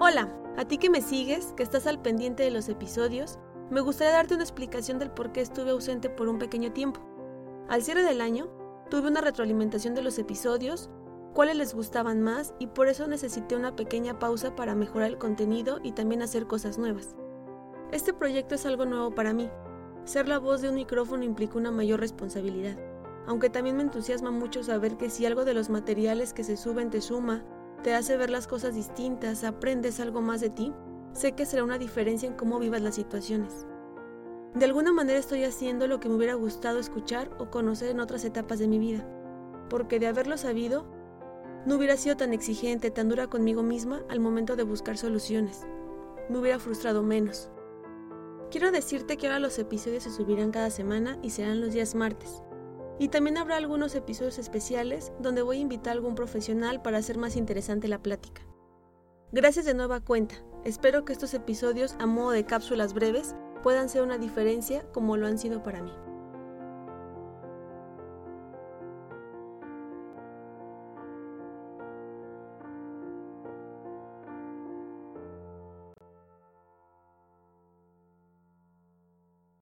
Hola, a ti que me sigues, que estás al pendiente de los episodios, me gustaría darte una explicación del por qué estuve ausente por un pequeño tiempo. Al cierre del año, tuve una retroalimentación de los episodios, cuáles les gustaban más y por eso necesité una pequeña pausa para mejorar el contenido y también hacer cosas nuevas. Este proyecto es algo nuevo para mí. Ser la voz de un micrófono implica una mayor responsabilidad, aunque también me entusiasma mucho saber que si algo de los materiales que se suben te suma, te hace ver las cosas distintas, aprendes algo más de ti, sé que será una diferencia en cómo vivas las situaciones. De alguna manera estoy haciendo lo que me hubiera gustado escuchar o conocer en otras etapas de mi vida, porque de haberlo sabido, no hubiera sido tan exigente, tan dura conmigo misma al momento de buscar soluciones. Me hubiera frustrado menos. Quiero decirte que ahora los episodios se subirán cada semana y serán los días martes. Y también habrá algunos episodios especiales donde voy a invitar a algún profesional para hacer más interesante la plática. Gracias de nueva cuenta. Espero que estos episodios a modo de cápsulas breves puedan ser una diferencia como lo han sido para mí.